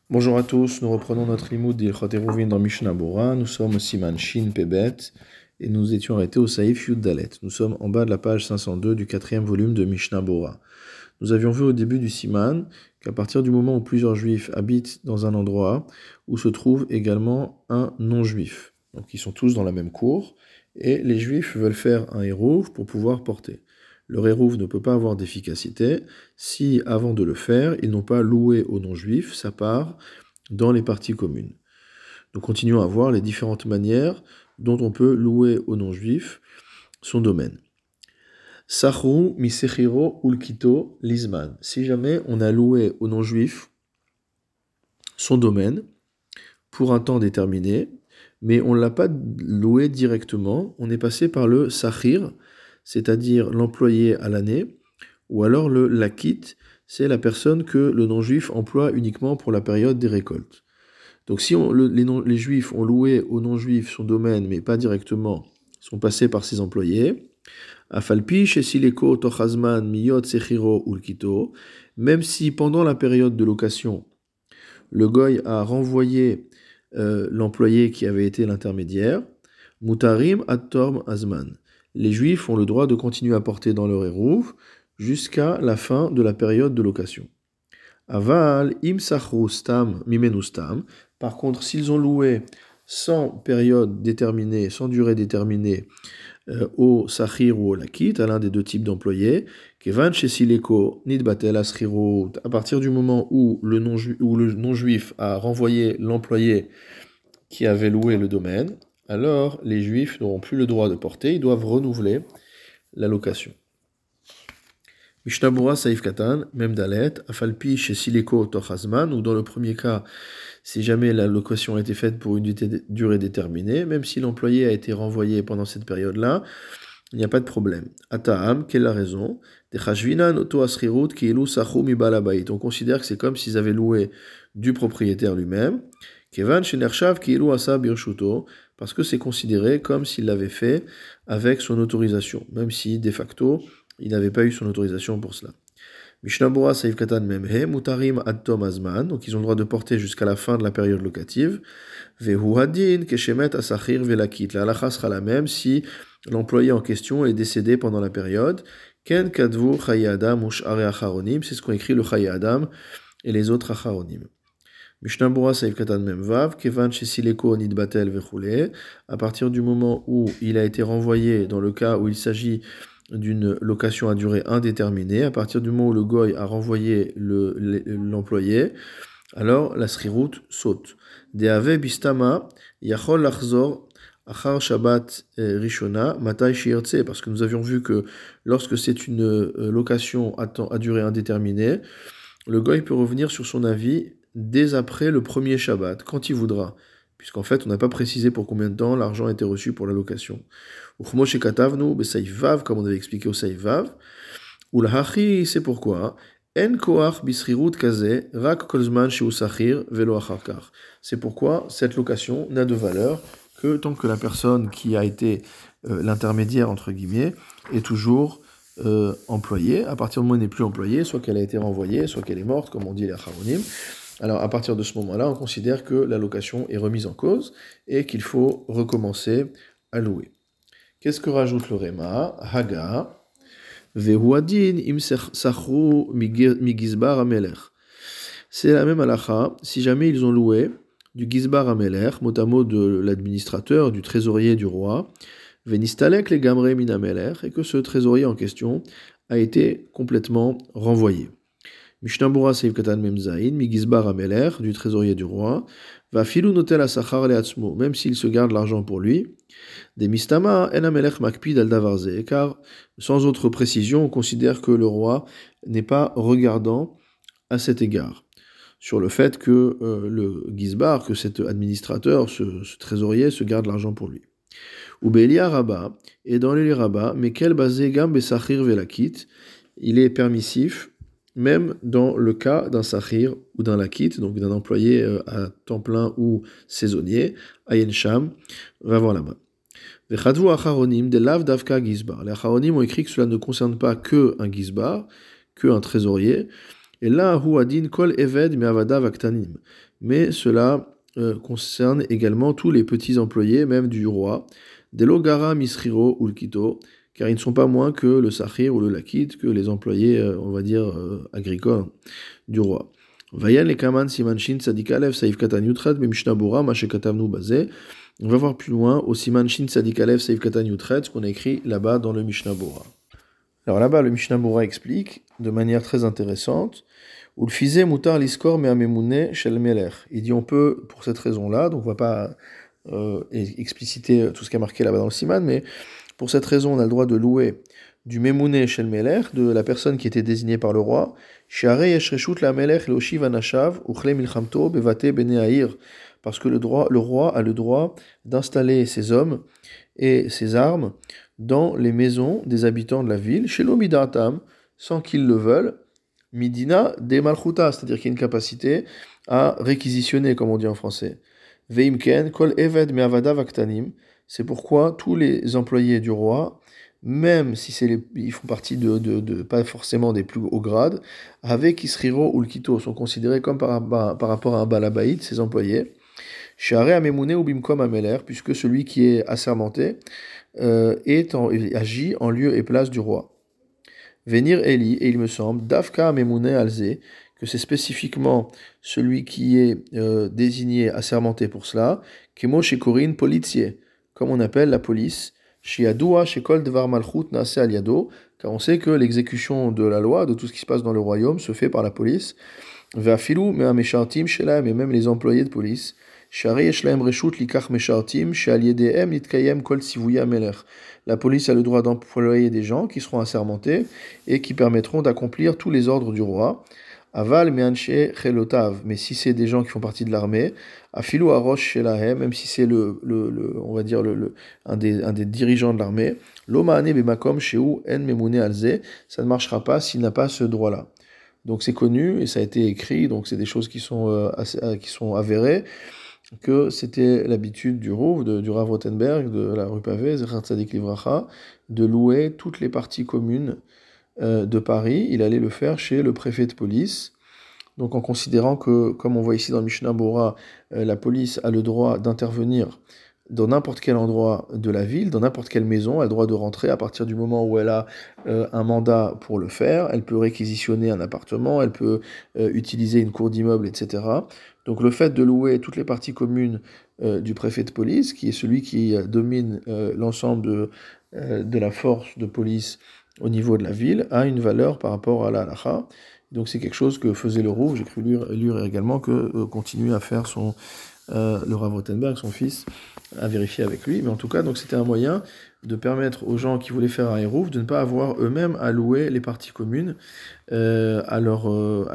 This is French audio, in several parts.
Bonjour à tous, nous reprenons notre limoud d'Ilchot Eruvin dans Mishnah Bora. Nous sommes au Siman Shin Pebet et nous étions arrêtés au Saïf Yud Dalet. Nous sommes en bas de la page 502 du quatrième volume de Mishnah Bora. Nous avions vu au début du Siman qu'à partir du moment où plusieurs juifs habitent dans un endroit où se trouve également un non-juif, donc ils sont tous dans la même cour, et les juifs veulent faire un hérouv pour pouvoir porter. Leur hérouv ne peut pas avoir d'efficacité si, avant de le faire, ils n'ont pas loué aux non-juifs sa part dans les parties communes. Nous continuons à voir les différentes manières dont on peut louer aux non-juifs son domaine. Sachru misechiro ulkito lisman. Si jamais on a loué aux non-juifs son domaine pour un temps déterminé, mais on ne l'a pas loué directement, on est passé par le sachir, c'est-à-dire l'employé à l'année, ou alors le lakit, c'est la personne que le non-juif emploie uniquement pour la période des récoltes. Donc si les juifs ont loué aux non-juifs son domaine, mais pas directement, sont passés par ses employés, Afalpi shesileko tochazman miyot sechiro ulkito, même si pendant la période de location, le goy a renvoyé l'employé qui avait été l'intermédiaire, mutarim ad-torm azman. Les juifs ont le droit de continuer à porter dans leur hérouv jusqu'à la fin de la période de location. Aval im sachru stam mimenu stam. Par contre, s'ils ont loué sans période déterminée, sans durée déterminée, au sachir ou au lakit, à l'un des deux types d'employés, kevan shesileko nidbatel aschirut, à partir du moment où le non-juif a renvoyé l'employé qui avait loué le domaine, alors les juifs n'auront plus le droit de porter, ils doivent renouveler la location. Mishnah Bura Saïf Katan, même Dalet, Afalpi chez Sileko Tochazman, ou dans le premier cas, si jamais la location a été faite pour une durée déterminée, même si l'employé a été renvoyé pendant cette période-là, il n'y a pas de problème. Ata'am, quelle est la raison? On considère que c'est comme s'ils avaient loué du propriétaire lui-même. Parce que c'est considéré comme s'il l'avait fait avec son autorisation, même si de facto, il n'avait pas eu son autorisation pour cela. Mishnah Bora Saïf Katan Memhe, Mutarim Ad Tom Azman, donc ils ont le droit de porter jusqu'à la fin de la période locative. Vehu Hadin, Keshemet Asachir Velakit. La halacha sera la même si l'employé en question est décédé pendant la période. Ken Kadvu Chaye Adam Ushare Acharonim, c'est ce qu'ont écrit le Chaye Adam et les autres Acharonim. Mishnah Bora Saïf Katan Memvav, Kevan Shesileko Nidbatel Vechule, à partir du moment où il a été renvoyé, dans le cas où il s'agit d'une location à durée indéterminée, à partir du moment où le goy a renvoyé l'employé, alors la srirout saute. Deave bistama yachol lachzor achar shabbat rishona matai shirtse, parce que nous avions vu que lorsque c'est une location à durée indéterminée, le goy peut revenir sur son avis dès après le premier Shabbat, quand il voudra, puisqu'en fait on n'a pas précisé pour combien de temps l'argent a été reçu pour la location. Uchmo shekatavnu besaïf vav, comme on avait expliqué au saïf vav, ou la hachi, c'est pourquoi en koach bisrirut kaze rak kolzman sheu sachir velo acharkar. C'est pourquoi cette location n'a de valeur que tant que la personne qui a été l'intermédiaire entre guillemets est toujours employée. À partir du moment où elle n'est plus employée, soit qu'elle a été renvoyée, soit qu'elle est morte, comme on dit les acharonim. Alors à partir de ce moment-là, on considère que la location est remise en cause et qu'il faut recommencer à louer. Qu'est-ce que rajoute le Réma? Haga, vehuadin im sachru migizbar amelech. C'est la même halakha, si jamais ils ont loué du gizbar amelech, mot à mot de l'administrateur, du trésorier du roi, venistalek le gamre min amelech, et que ce trésorier en question a été complètement renvoyé. Mishnah Bura Seif Katan Memzaïn, Migizbar Ameler, du trésorier du roi, va filou noter la sachar le atzmo, même s'il se garde l'argent pour lui, des mistama en amelech makpid al davarze, car sans autre précision, on considère que le roi n'est pas regardant à cet égard, sur le fait que le gizbar, que cet administrateur, ce trésorier, se garde l'argent pour lui. Ou Belia Rabat, et dans les Rabat, mais quel basé gam besachir velakit, il est permissif même dans le cas d'un sachir ou d'un lakit, donc d'un employé à temps plein ou saisonnier, Ayen Sham, va voir là-bas. Vechadvu acharonim de lav davka gizbar. Les acharonim ont écrit que cela ne concerne pas que un gizbar, que un trésorier, Et là, huadin kol eved me'avada vaktanim. Mais cela concerne également tous les petits employés, même du roi. Delo gara misriro ou le kito, car ils ne sont pas moins que le sahir ou le lakit, que les employés, on va dire, agricoles du roi. Vayan le kaman simanshin tzadik alev saif katan yutret b'mishnah bura mashekatavnu bazé. On va voir plus loin au simanshin tzadik alev saif katan yutret, ce qu'on a écrit là-bas dans le Mishnah Bura. Alors là-bas, le Mishnah Bura explique de manière très intéressante où le fizé mutar liskor me'amemune shel melech. Il dit on peut, pour cette raison-là, donc on va pas expliciter tout ce qui est marqué là-bas dans le siman, mais pour cette raison, on a le droit de louer du memune shel melech, de la personne qui était désignée par le roi, share yeshreshut la melech leoshiv anashav uchle milchamto bevate bene ha'ir, parce que le roi a le droit d'installer ses hommes et ses armes dans les maisons des habitants de la ville, chez l'omidatam, sans qu'ils le veulent, midina de malchuta, c'est-à-dire qu'il y a une capacité à réquisitionner, comme on dit en français. Veimken, kol eved me'avada vaktanim, c'est pourquoi tous les employés du roi, même si ils font partie de pas forcément des plus hauts grades, avec Isriro ou le Kito, sont considérés comme par rapport à un balabaïd, ces employés. Share amemune ou bimkom ameler, puisque celui qui est assermenté agit en lieu et place du roi. Venir Eli, et il me semble, Dafka amemune alze, que c'est spécifiquement celui qui est désigné, assermenté pour cela, Kemo shekorin policier, comme on appelle la police, Shiadoua shekol devar malchut nase aliado, car on sait que l'exécution de la loi, de tout ce qui se passe dans le royaume, se fait par la police. Ve'afilu me'ameshartim shelaim, et même les employés de police. La police a le droit d'employer des gens qui seront assermentés et qui permettront d'accomplir tous les ordres du roi. Aval me'anche chelotav, mais si c'est des gens qui font partie de l'armée, afilu arosh shelahem, même si c'est on va dire un des dirigeants de l'armée, loma'ane bemakom sheu en memune alze, ça ne marchera pas s'il n'a pas ce droit-là. Donc c'est connu et ça a été écrit, donc c'est des choses qui sont avérées, que c'était l'habitude du Rouv, du Rav Rothenberg, de la rue Pavé, Zecher Tzadik Livracha, de louer toutes les parties communes de Paris. Il allait le faire chez le préfet de police. Donc en considérant que, comme on voit ici dans le Mishnah Bora, la police a le droit d'intervenir dans n'importe quel endroit de la ville, dans n'importe quelle maison, elle a le droit de rentrer à partir du moment où elle a un mandat pour le faire, elle peut réquisitionner un appartement, elle peut utiliser une cour d'immeuble, etc. Donc le fait de louer toutes les parties communes du préfet de police, qui est celui qui domine l'ensemble de la force de police au niveau de la ville, a une valeur par rapport à la halakha. Donc c'est quelque chose que faisait le Rouv. J'ai cru lire également que continue à faire le Rav Rothenberg, son fils, à vérifier avec lui. Mais en tout cas, donc c'était un moyen de permettre aux gens qui voulaient faire un Hérouf de ne pas avoir eux-mêmes à louer les parties communes à leurs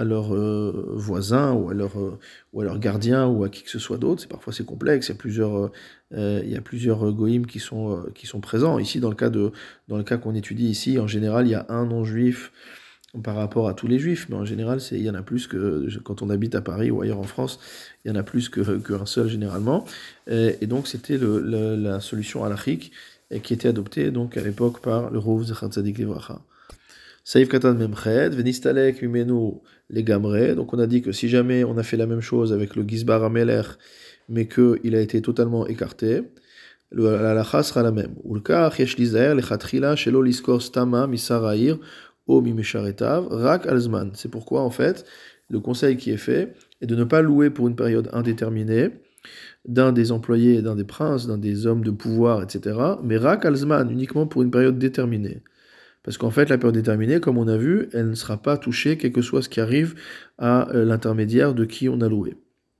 voisins ou à leurs gardiens ou à qui que ce soit d'autre. Parfois c'est complexe, il y a plusieurs goïms qui sont présents. Ici, dans le cas qu'on étudie ici, en général, il y a un non-juif par rapport à tous les juifs, mais en général, il y en a plus que, quand on habite à Paris ou ailleurs en France, il y en a plus qu'un seul généralement. Et donc, c'était la solution halachique qui était adoptée donc, à l'époque par le Rouv Zecher Tzadik Livracha. Saïf Katan Memched, Venistalek Mimenu Legamre. Donc, on a dit que si jamais on a fait la même chose avec le Gizbar Ameler, mais qu'il a été totalement écarté, la halacha sera la même. Ulkach yesh lizaer lechatchila shelo liskor stama misarair o mimesharetav rak alzman. C'est pourquoi en fait le conseil qui est fait est de ne pas louer pour une période indéterminée d'un des employés, d'un des princes, d'un des hommes de pouvoir, etc. Mais rak alzman, uniquement pour une période déterminée. Parce qu'en fait la période déterminée, comme on a vu, elle ne sera pas touchée quel que soit ce qui arrive à l'intermédiaire de qui on a loué.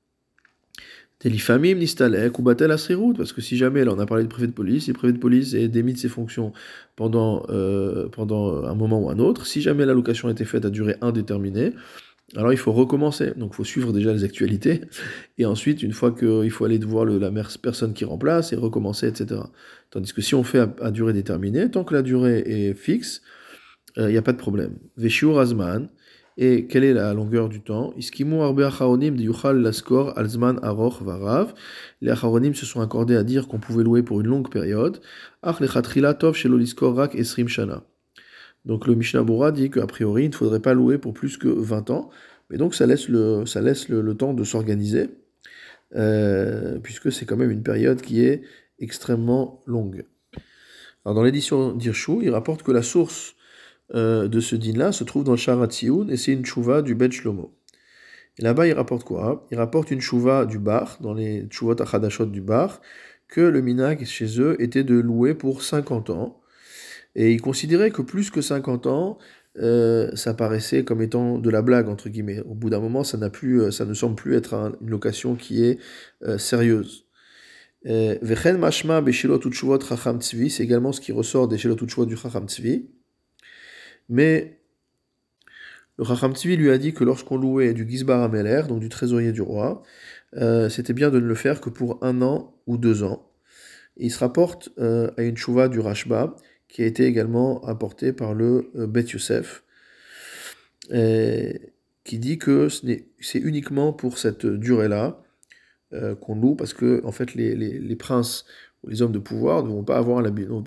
Telifamim nistalek ou batel asrirout, parce que si jamais, là on a parlé de préfet de police, si le préfet de police est démis de ses fonctions pendant un moment ou un autre, si jamais l'allocation a été faite à durée indéterminée, alors il faut recommencer. Donc il faut suivre déjà les actualités, et ensuite, une fois qu'il faut aller voir la personne qui remplace, et recommencer, etc. Tandis que si on fait à durée déterminée, tant que la durée est fixe, il n'y a pas de problème. Veshiur azman. Et quelle est la longueur du temps? Iskimu arbe acharonim de yuchal laskor alzman aroch varav. Les acharonim se sont accordés à dire qu'on pouvait louer pour une longue période. Ach lechatchila tov shelo liskor rak esrim shana. Donc le Mishnah Bora dit qu'a priori, il ne faudrait pas louer pour plus que 20 ans, mais donc ça laisse le temps de s'organiser, puisque c'est quand même une période qui est extrêmement longue. Alors dans l'édition d'Irshu, il rapporte que la source de ce din-là se trouve dans le Sharat Tzioun, et c'est une chouva du Bet Shlomo. Et là-bas, il rapporte quoi? Il rapporte une chouva du bar, dans les chouvot achadashot du bar, que le minhag chez eux était de louer pour 50 ans. Et il considérait que plus que 50 ans, ça paraissait comme étant de la blague, entre guillemets. Au bout d'un moment, ça ne semble plus être une location qui est sérieuse. Vechen mashma beshilot utshuvot chacham tzvi, c'est également ce qui ressort des shilot utshuvot du chacham tzvi. Mais le chacham tzvi lui a dit que lorsqu'on louait du gizbar ameler, donc du trésorier du roi, c'était bien de ne le faire que pour 1 an ou 2 ans. Et il se rapporte à une chouva du Rashba, qui a été également apportée par le Bet Yosef, qui dit que c'est uniquement pour cette durée-là qu'on loue, parce que en fait les princes ou les hommes de pouvoir ne vont pas avoir,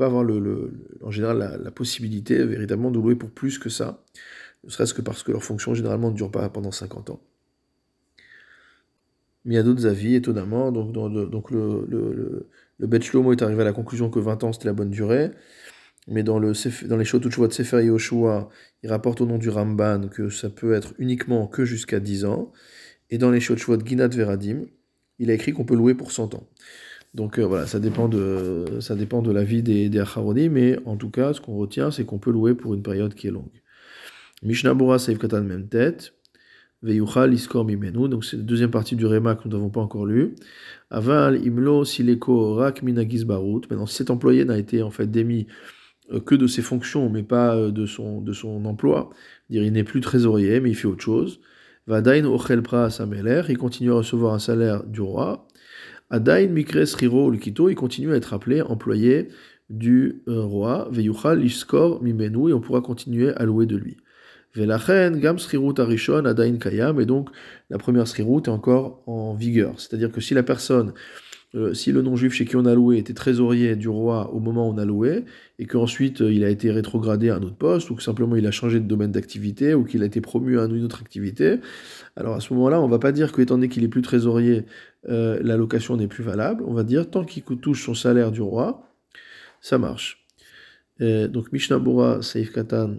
en général la possibilité véritablement de louer pour plus que ça, ne serait-ce que parce que leur fonction généralement ne dure pas pendant 50 ans. Mais il y a d'autres avis, étonnamment. Donc le Bet Shlomo est arrivé à la conclusion que 20 ans c'était la bonne durée. Mais dans les Shot Utshuvot de Sefer Yehoshua, il rapporte au nom du Ramban que ça peut être uniquement que jusqu'à 10 ans. Et dans les Shot Utshuvot de Ginat Veradim, il a écrit qu'on peut louer pour 100 ans. Donc voilà, ça dépend de l'avis des Acharonim, mais en tout cas, ce qu'on retient, c'est qu'on peut louer pour une période qui est longue. Mishnah Bora Seif Katan même tête. Veyuchal iskor mimenu, donc c'est la deuxième partie du Réma que nous n'avons pas encore lu. Aval imlo sileko rak minagiz barut. Maintenant, si cet employé n'a été en fait démis que de ses fonctions, mais pas de son emploi, dire il n'est plus trésorier, mais il fait autre chose. Vadain ochel pras ameler, il continue à recevoir un salaire du roi. Adain mikres riro ulkito, il continue à être appelé employé du roi. Veyuchal iskor mimenu, et on pourra continuer à louer de lui. Velachen, gam srirut arishon adain kayam, et donc la première srirut est encore en vigueur. C'est-à-dire que si la personne, si le non-juif chez qui on a loué était trésorier du roi au moment où on a loué, et qu'ensuite il a été rétrogradé à un autre poste, ou que simplement il a changé de domaine d'activité, ou qu'il a été promu à une autre activité, alors à ce moment-là, on ne va pas dire qu'étant donné qu'il est plus trésorier, la location n'est plus valable. On va dire tant qu'il touche son salaire du roi, ça marche. Donc Mishnah Bora Seif Katan,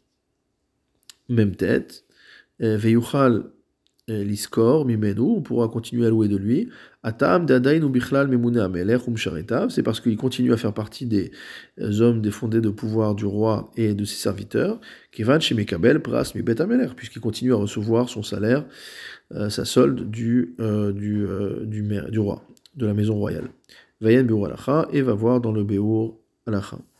même tête. Veyuchal l'iskor mimenu, on pourra continuer à louer de lui. Atam dadain ou bichlal memune amelech umsharetav, c'est parce qu'il continue à faire partie des hommes des fondés de pouvoir du roi et de ses serviteurs. Kevan shemekabel pras mi bet amelech, puisqu'il continue à recevoir son salaire, sa solde du roi, de la maison royale. Vayen beur alacha, et va voir dans le beur alacha.